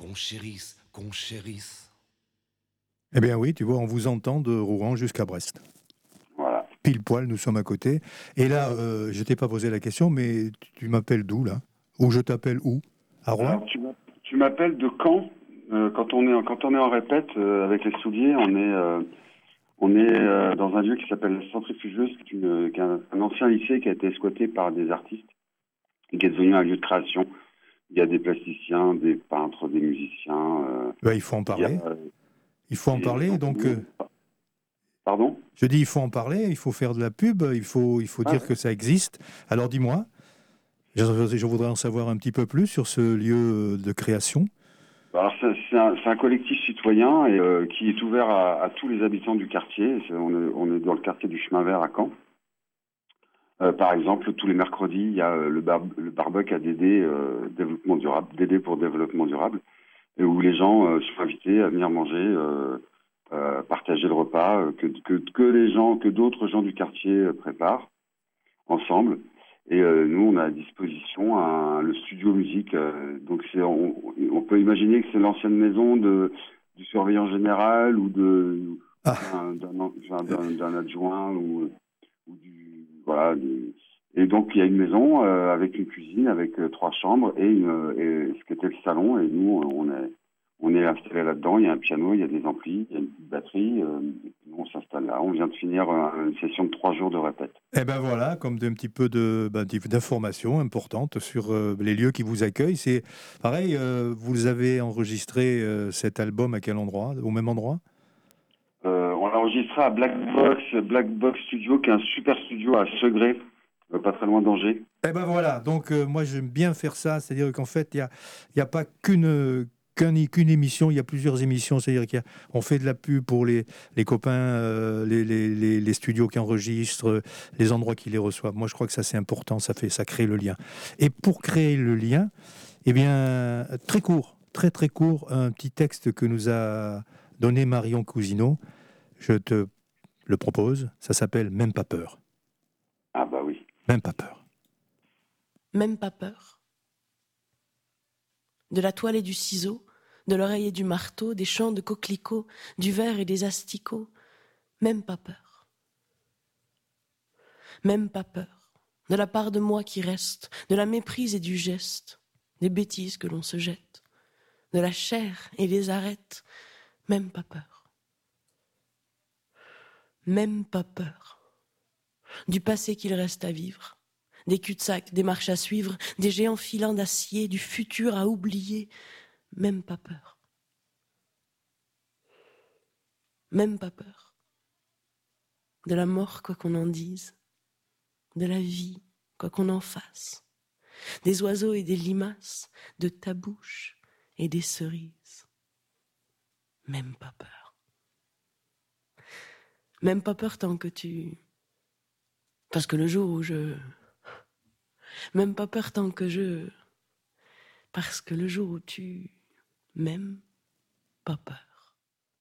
qu'on chérisse. Eh bien oui, tu vois, on vous entend de Rouen jusqu'à Brest. Voilà. Pile poil, nous sommes à côté. Et là, je t'ai pas posé la question, mais tu m'appelles d'où, là? Ou je t'appelle où? À Rouen? Alors, tu m'appelles de Caen. Quand on est en répète avec les souliers, on est dans un lieu qui s'appelle la Centrifugeuse, qui est un ancien lycée qui a été squatté par des artistes et qui est devenu un lieu de création. Il y a des plasticiens, des peintres, des musiciens. Il faut en parler. Il faut en parler, donc... Pardon? Je dis, il faut en parler, il faut faire de la pub, il faut dire que ça existe. Alors dis-moi, je voudrais en savoir un petit peu plus sur ce lieu de création. Alors c'est un collectif citoyen et qui est ouvert à tous les habitants du quartier. On est dans le quartier du Chemin Vert à Caen. Par exemple, tous les mercredis, il y a le barbecue à DD développement durable, DD pour développement durable, et où les gens sont invités à venir manger, partager le repas que d'autres gens du quartier préparent ensemble. Et nous, on a à disposition le studio musique. Donc on peut imaginer que c'est l'ancienne maison du surveillant général ou d'un adjoint ou voilà. Et donc il y a une maison avec une cuisine, avec 3 chambres et ce qui était le salon. Et nous, on est installé là-dedans. Il y a un piano, il y a des amplis, il y a une petite batterie. Nous, on s'installe là. On vient de finir une session de 3 jours de répète. Eh ben voilà, comme un petit peu d'informations importantes sur les lieux qui vous accueillent. C'est pareil, vous avez enregistré cet album à quel endroit? Au même endroit? On l'a enregistré à Black Box Studio, qui est un super studio à Segré, pas très loin d'Angers. Eh ben voilà, donc moi j'aime bien faire ça, c'est-à-dire qu'en fait, il y a pas qu'une émission, il y a plusieurs émissions, c'est-à-dire qu'on fait de la pub pour les copains, les studios qui enregistrent, les endroits qui les reçoivent. Moi je crois que ça c'est important, ça crée le lien. Et pour créer le lien, eh bien, très court, très court, un petit texte que nous a donné Marion Cousineau, je te le propose, ça s'appelle « Même pas peur ». Ah bah oui. Même pas peur. Même pas peur. De la toile et du ciseau, de l'oreille et du marteau, des champs de coquelicots, du verre et des asticots, même pas peur. Même pas peur. De la part de moi qui reste, de la méprise et du geste, des bêtises que l'on se jette, de la chair et des arêtes, même pas peur. Même pas peur. Du passé qu'il reste à vivre, des cul-de-sac, des marches à suivre, des géants filants d'acier, du futur à oublier, même pas peur. Même pas peur. De la mort, quoi qu'on en dise, de la vie, quoi qu'on en fasse, des oiseaux et des limaces, de ta bouche et des cerises. Même pas peur. Même pas peur tant que tu... Parce que le jour où je... Même pas peur tant que je... Parce que le jour où tu... Même pas peur.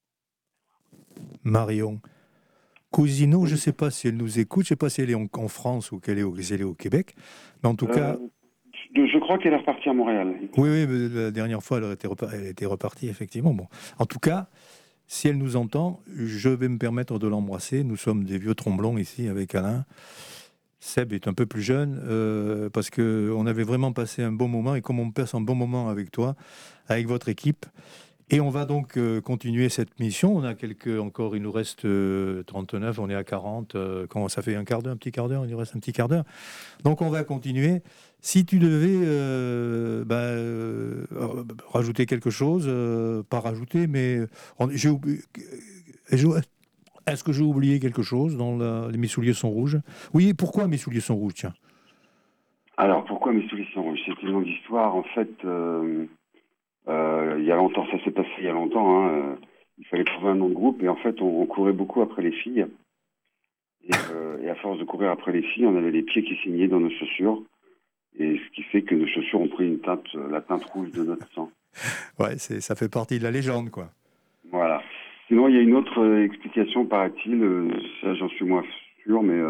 Marion Cousineau, je ne sais pas si elle nous écoute, je ne sais pas si elle est en France ou qu'elle est au Québec, mais en tout cas... Je crois qu'elle est repartie à Montréal. Oui, mais la dernière fois, elle était repartie, effectivement. Bon. En tout cas, si elle nous entend, je vais me permettre de l'embrasser. Nous sommes des vieux tromblons ici avec Alain. Seb est un peu plus jeune parce qu'on avait vraiment passé un bon moment, et comme on passe un bon moment avec toi, avec votre équipe, et on va donc continuer cette mission. On a encore, il nous reste 39, on est à 40, ça fait un petit quart d'heure, il nous reste un petit quart d'heure. Donc on va continuer. Si tu devais rajouter quelque chose, pas rajouter, mais est-ce que j'ai oublié quelque chose dans Mes souliers sont rouges? Oui, pourquoi Mes souliers sont rouges, tiens? Alors, pourquoi Mes souliers sont rouges? C'est une longue histoire. En fait, il y a longtemps, ça s'est passé il y a longtemps. Hein, il fallait trouver un nom de groupe. Et en fait, on courait beaucoup après les filles. Et à force de courir après les filles, on avait les pieds qui saignaient dans nos chaussures. Et ce qui fait que nos chaussures ont pris la teinte rouge de notre sang. Ouais, ça fait partie de la légende, quoi. Voilà. Sinon, il y a une autre explication, paraît-il. Ça, j'en suis moins sûr, mais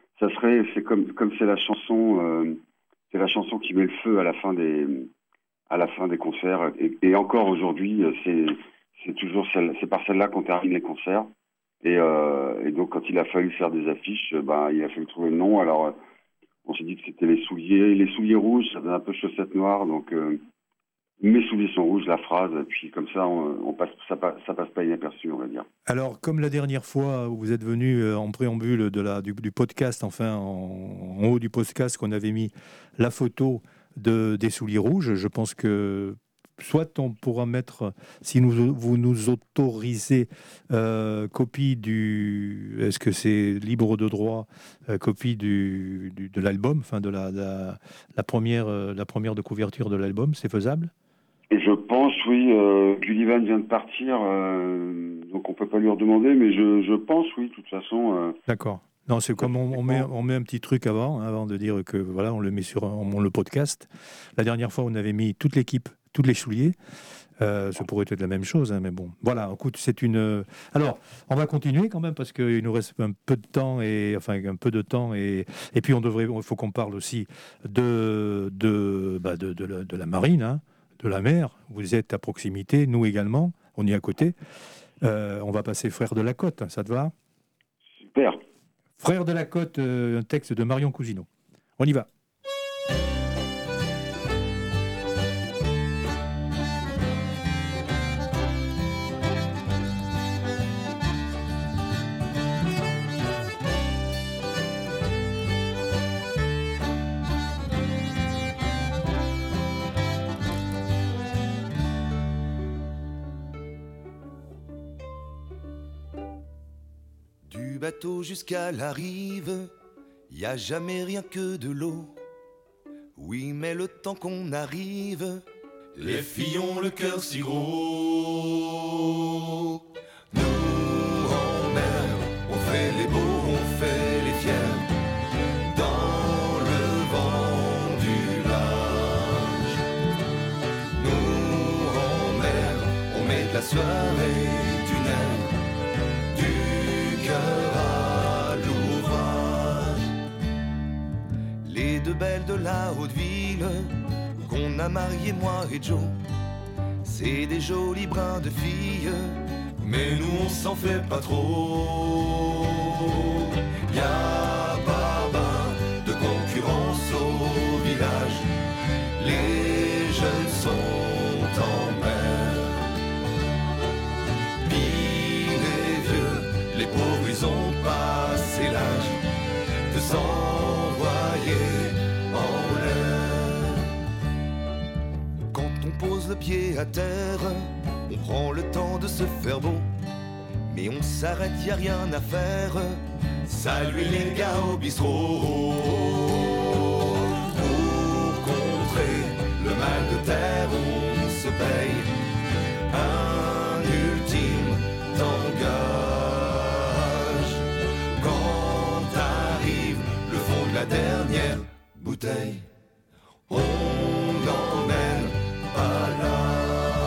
c'est comme c'est la chanson qui met le feu à la fin à la fin des concerts. Et encore aujourd'hui, c'est toujours c'est par celle-là qu'on termine les concerts. Et donc, quand il a fallu faire des affiches, il a fallu trouver le nom. Alors, on s'est dit que c'était les souliers rouges, ça faisait un peu chaussettes noires. Donc, mes souliers sont rouges, la phrase. Et puis, comme ça, ça passe pas inaperçu, on va dire. Alors, comme la dernière fois où vous êtes venu en préambule du podcast, enfin, en haut du podcast, qu'on avait mis la photo des souliers rouges, je pense que soit on pourra mettre, si vous nous autorisez, copie est-ce que c'est libre de droit, copie de l'album, enfin de la première de couverture de l'album, c'est faisable? Et je pense, oui, Gullivan vient de partir, donc on peut pas lui redemander, mais je pense, oui, de toute façon. D'accord. Non, c'est comme on met un petit truc avant de dire que voilà, on le met on le podcast. La dernière fois, on avait mis toute l'équipe, tous les souliers. Ça pourrait être la même chose, hein, mais bon. Voilà, écoute, c'est une... Alors, on va continuer quand même, parce qu'il nous reste un peu de temps, et puis il faut qu'on parle aussi de la marine, hein, de la mer. Vous êtes à proximité, nous également, on est à côté. On va passer Frères de la Côte, ça te va? Super. Frères de la Côte, un texte de Marion Cousineau. On y va. Du bateau jusqu'à la rive, y a jamais rien que de l'eau. Oui, mais le temps qu'on arrive, les filles ont le cœur si gros. Nous en mer, on fait les beaux, on fait les fiers. Dans le vent du large. Nous en mer, on met de la sueur et du nerf. À l'ouvrage. Les deux belles de la haute ville qu'on a mariées, moi et Joe, c'est des jolis brins de filles, mais nous on s'en fait pas trop. Y'a pas de concurrence au village, les jeunes sont en mer. Les pauvres, ils ont passé l'âge de s'envoyer en l'air. Quand on pose le pied à terre, on prend le temps de se faire beau. Mais on s'arrête, y a rien à faire. Salut les gars au bistrot. Pour contrer le mal de terre, on se paye un ultime tanga. La dernière bouteille, on l'emmène à l'âge.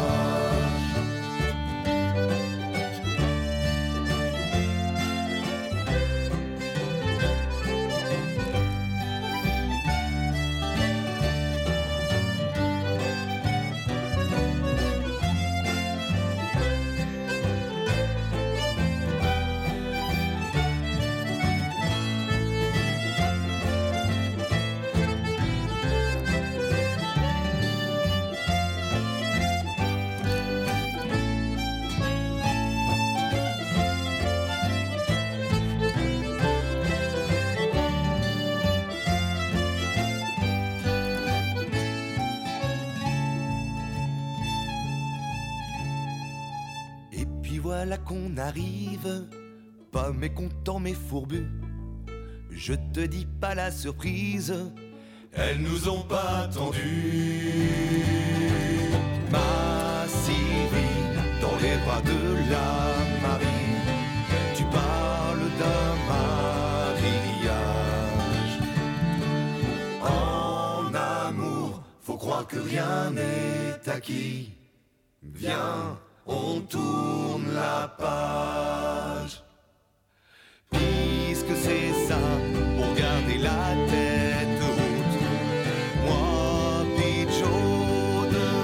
Voilà qu'on arrive, pas mécontent mais fourbu. Je te dis pas la surprise, elles nous ont pas attendus. Ma Sylvie, dans les bras de la marine, tu parles d'un mariage. En amour, faut croire que rien n'est acquis. Viens, on tourne la page. Puisque c'est ça, pour garder la tête haute, moi, Pichot de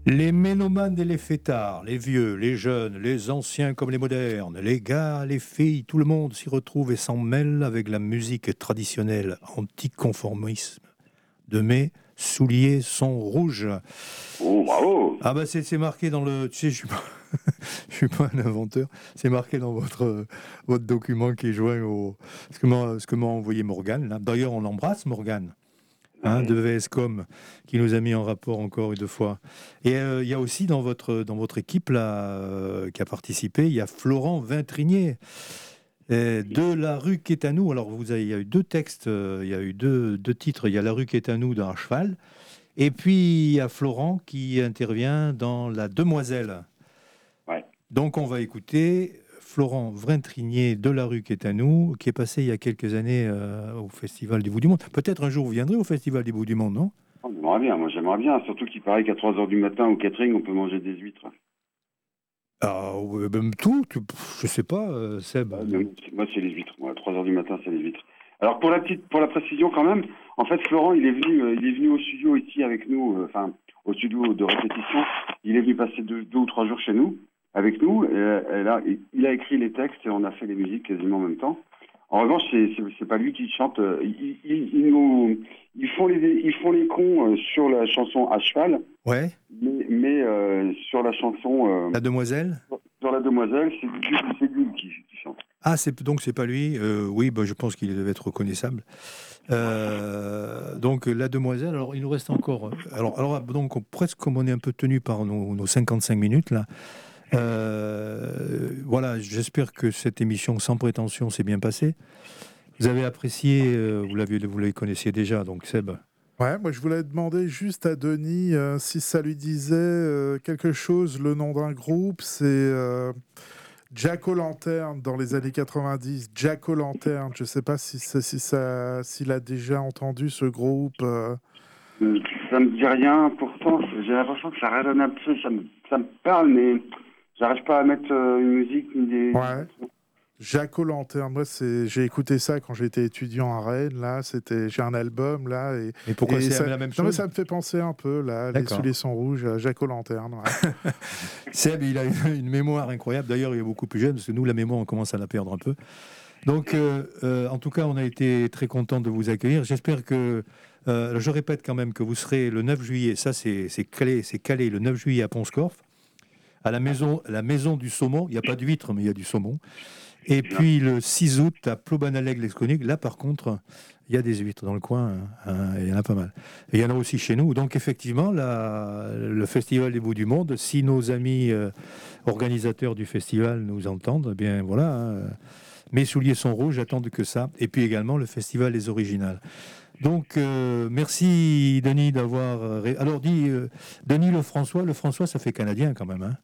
Les mélomanes et les fêtards, les vieux, les jeunes, les anciens comme les modernes, les gars, les filles, tout le monde s'y retrouve et s'en mêle avec la musique traditionnelle anticonformisme de Mes souliers sont rouges. Oh, bravo! Ah bah c'est marqué dans le... Tu sais, je suis pas un inventeur. C'est marqué dans votre document qui est joint au... ce que m'a envoyé Morgane. Là. D'ailleurs, on embrasse Morgane. De VSCOM, qui nous a mis en rapport encore une fois. Et il y a aussi dans votre équipe là, qui a participé, il y a Florent Vintrinier de La rue qui est à nous. Alors il y a eu deux textes, il y a eu deux titres. Il y a La rue qui est à nous dans Cheval, et puis il y a Florent qui intervient dans La Demoiselle. Ouais. Donc on va écouter Florent Vintrinier de La rue qui est à nous, qui est passé il y a quelques années au Festival du Bout du Monde. Peut-être un jour vous viendrez au Festival du Bout du Monde, non? J'aimerais bien. Surtout qu'il paraît qu'à 3h du matin au catering, on peut manger des huîtres. Ah, même tout, je sais pas, Seb. Moi, c'est les huîtres. Moi, à 3h du matin, c'est les huîtres. Alors, pour la précision quand même, en fait, Florent, il est venu au studio ici avec nous, au studio de répétition. Il est venu passer 2 ou 3 jours chez nous. Avec nous, et là, il a écrit les textes et on a fait les musiques quasiment en même temps. En revanche, c'est pas lui qui chante. Ils font les cons sur la chanson À cheval. Ouais. Mais sur la chanson La Demoiselle. Sur La Demoiselle, c'est lui qui chante. Ah, donc c'est pas lui. Oui, je pense qu'il devait être reconnaissable. Donc La Demoiselle. Alors il nous reste encore. Alors donc presque comme on est un peu tenu par nos 55 minutes là. Voilà, j'espère que cette émission sans prétention s'est bien passée. Vous avez apprécié, vous les connaissiez déjà, donc Seb. Ouais, moi je voulais demander juste à Denis si ça lui disait quelque chose, le nom d'un groupe, c'est Jack O'Lantern dans les années 90. Jack O'Lantern, je ne sais pas s'il a déjà entendu ce groupe. Ça me dit rien, pourtant j'ai l'impression que ça résonne un peu, ça me parle, mais j'arrive pas à mettre une musique ni des... Ouais. Jack O'Lantern, moi j'ai écouté ça quand j'étais étudiant à Rennes, là, j'ai un album là et pourquoi c'est la même chose? Non, mais ça me fait penser un peu là, Les souliers sont rouges, Jack O'Lantern. Ouais. Seb, il a une mémoire incroyable. D'ailleurs, il est beaucoup plus jeune parce que nous, la mémoire, on commence à la perdre un peu. Donc, en tout cas, on a été très content de vous accueillir. J'espère que je répète quand même que vous serez le 9 juillet. Ça, c'est calé le 9 juillet à Pont-Scorff, à la maison du saumon. Il n'y a pas d'huître, mais il y a du saumon. Et puis le 6 août à Plobanalec-l'Esconic, là par contre, il y a des huîtres dans le coin, il y en a pas mal. Et il y en a aussi chez nous. Donc effectivement, le Festival des Bouts du Monde, si nos amis organisateurs du festival nous entendent, eh bien voilà, Mes souliers sont rouges, j'attends que ça. Et puis également le Festival des Originales. Donc merci Denis d'avoir... Alors Denis Lefrançois, ça fait canadien quand même. Hein.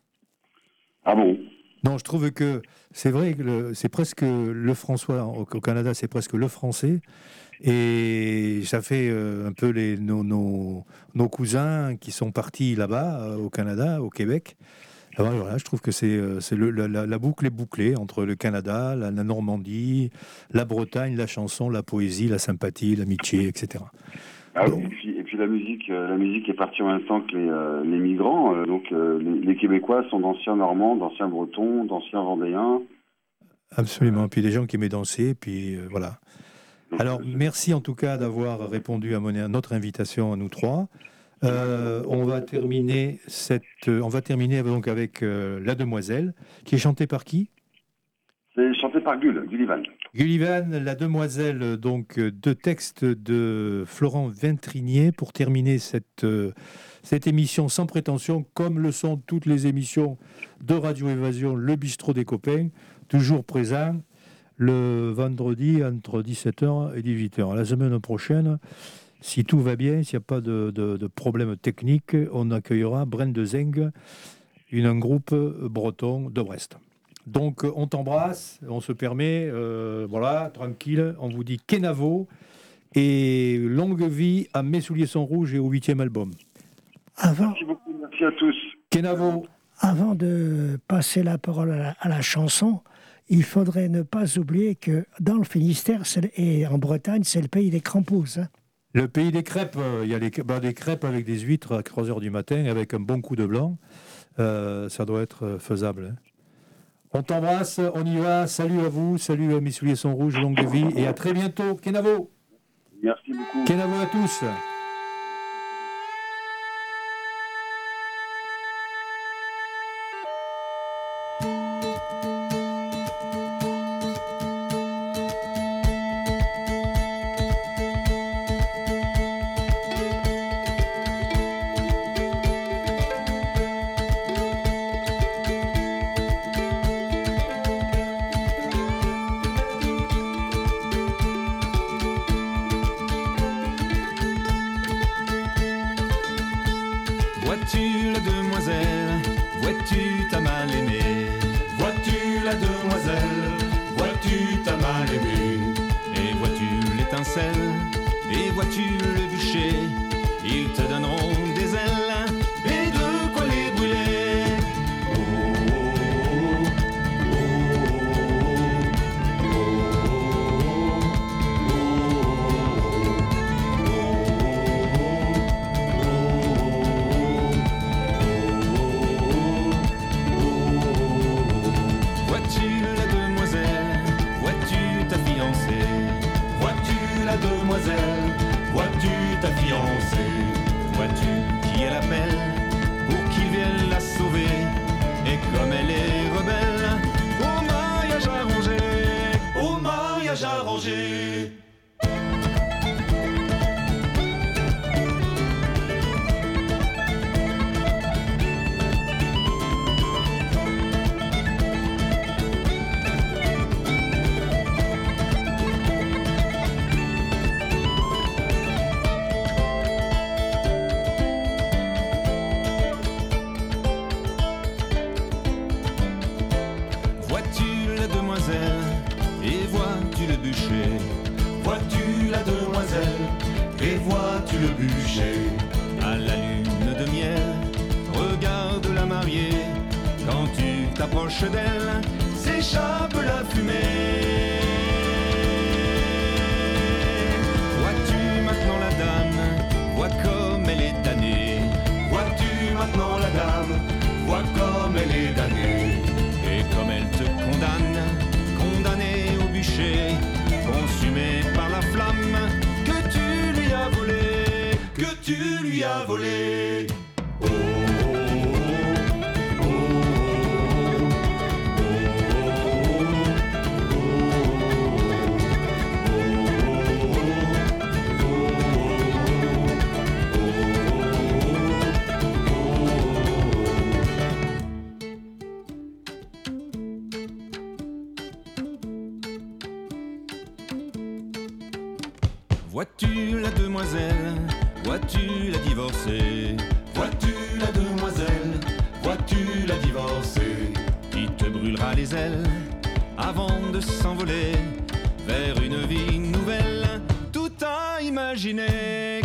Ah bon? Non, je trouve que c'est vrai que c'est presque le François au Canada, c'est presque le français, et ça fait un peu nos cousins qui sont partis là-bas au Canada, au Québec. Alors voilà, je trouve que la boucle est bouclée entre le Canada, la Normandie, la Bretagne, la chanson, la poésie, la sympathie, l'amitié, etc. Ah oui, et puis la musique est partie en même temps que les migrants. Donc les Québécois sont d'anciens Normands, d'anciens Bretons, d'anciens Vendéens. Absolument. Puis des gens qui aimaient danser. Puis voilà. Alors merci en tout cas d'avoir répondu à notre invitation à nous trois. On va terminer donc avec La Demoiselle, qui est chantée par qui? C'est chanté par Gullivan. Gullivan, La Demoiselle, donc deux textes de Florent Vintrinier pour terminer cette émission sans prétention, comme le sont toutes les émissions de Radio Évasion, le bistrot des copains, toujours présent le vendredi entre 17h et 18h. La semaine prochaine, si tout va bien, s'il n'y a pas de problème technique, on accueillera Brenda Zeng, un groupe breton de Brest. Donc on t'embrasse, on se permet, voilà, tranquille, on vous dit Kenavo et longue vie à Mes souliers sont rouges et au 8e album. Merci beaucoup, merci à tous. Kenavo. Avant de passer la parole à la chanson, il faudrait ne pas oublier que dans le Finistère et en Bretagne, c'est le pays des crampous. Hein. Le pays des crêpes, il y a des crêpes avec des huîtres à 3h du matin avec un bon coup de blanc. Ça doit être faisable. Hein. On t'embrasse, on y va. Salut à vous, salut à Mes souliers sont rouges, longue vie et à très bientôt. Kenavo. Merci beaucoup. Kenavo à tous. Vois-tu la demoiselle, vois-tu t'as mal aimé. Vois-tu la demoiselle, vois-tu t'as mal aimé. Et vois-tu l'étincelle, et vois-tu le bûcher. Ils te donneront des ailes et de quoi les brûler. Oh, oh, oh, oh, Vois-tu la demoiselle, vois-tu ta fiancée. vois-tu la demoiselle, vois-tu ta fiancée. Vois-tu qui elle appelle pour qu'il vienne la sauver. Et comme elle est rebelle, au mariage arrangé, Au mariage arrangé. vois-tu la demoiselle et vois-tu le bûcher. Vois-tu la demoiselle, et vois-tu le bûcher. À la lune de miel, regarde la mariée. Quand tu t'approches d'elle, s'échappe la fumée. Vois-tu maintenant la dame, vois comme elle est damnée. Vois-tu maintenant la dame, vois comme elle est damnée. Et comme elle te condamne, condamnée au bûcher, consumée par la flamme que tu lui as volée, que tu lui as volé. Oh, oh, oh, vois-tu la demoiselle, vois-tu la divorcée. vois-tu la demoiselle, vois-tu la divorcée. Qui te brûlera les ailes avant de s'envoler vers une vie nouvelle, tout à imaginer.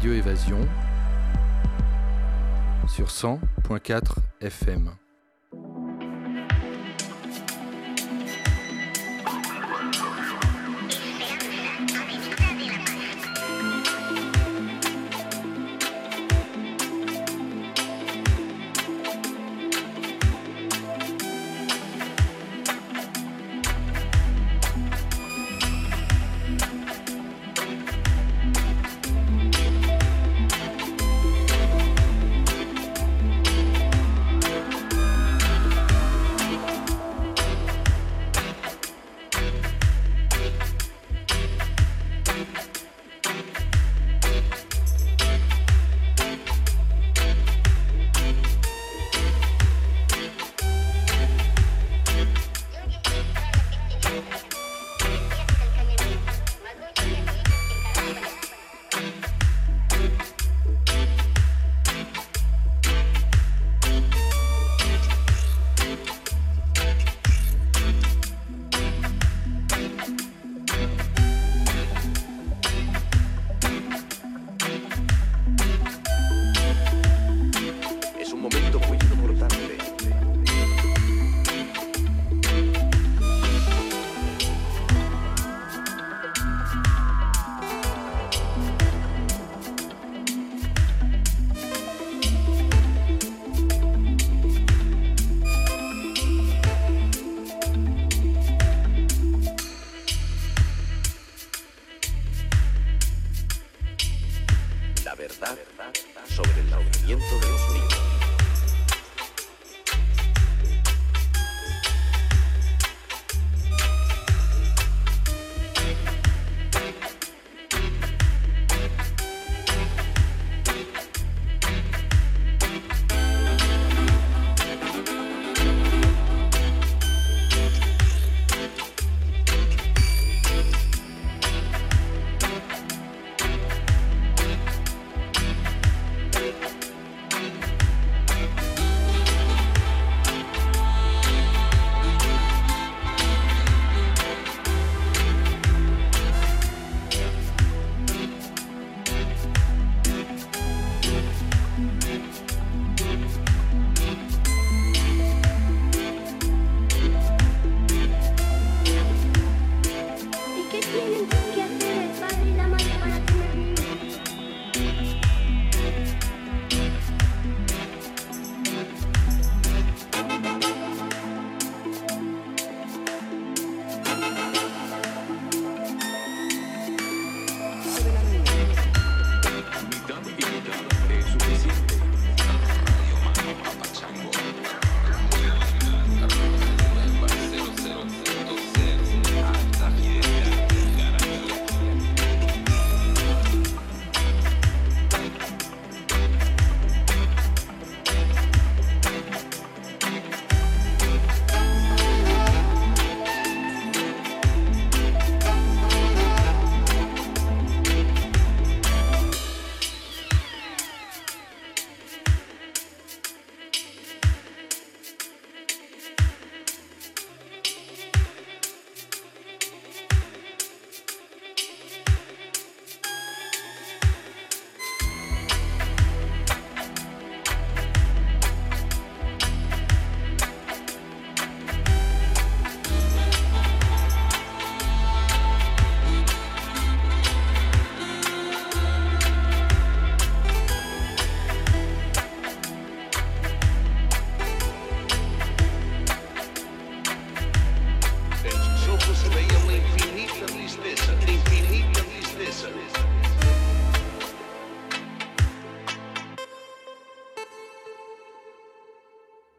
Radio Évasion sur 100.4 FM.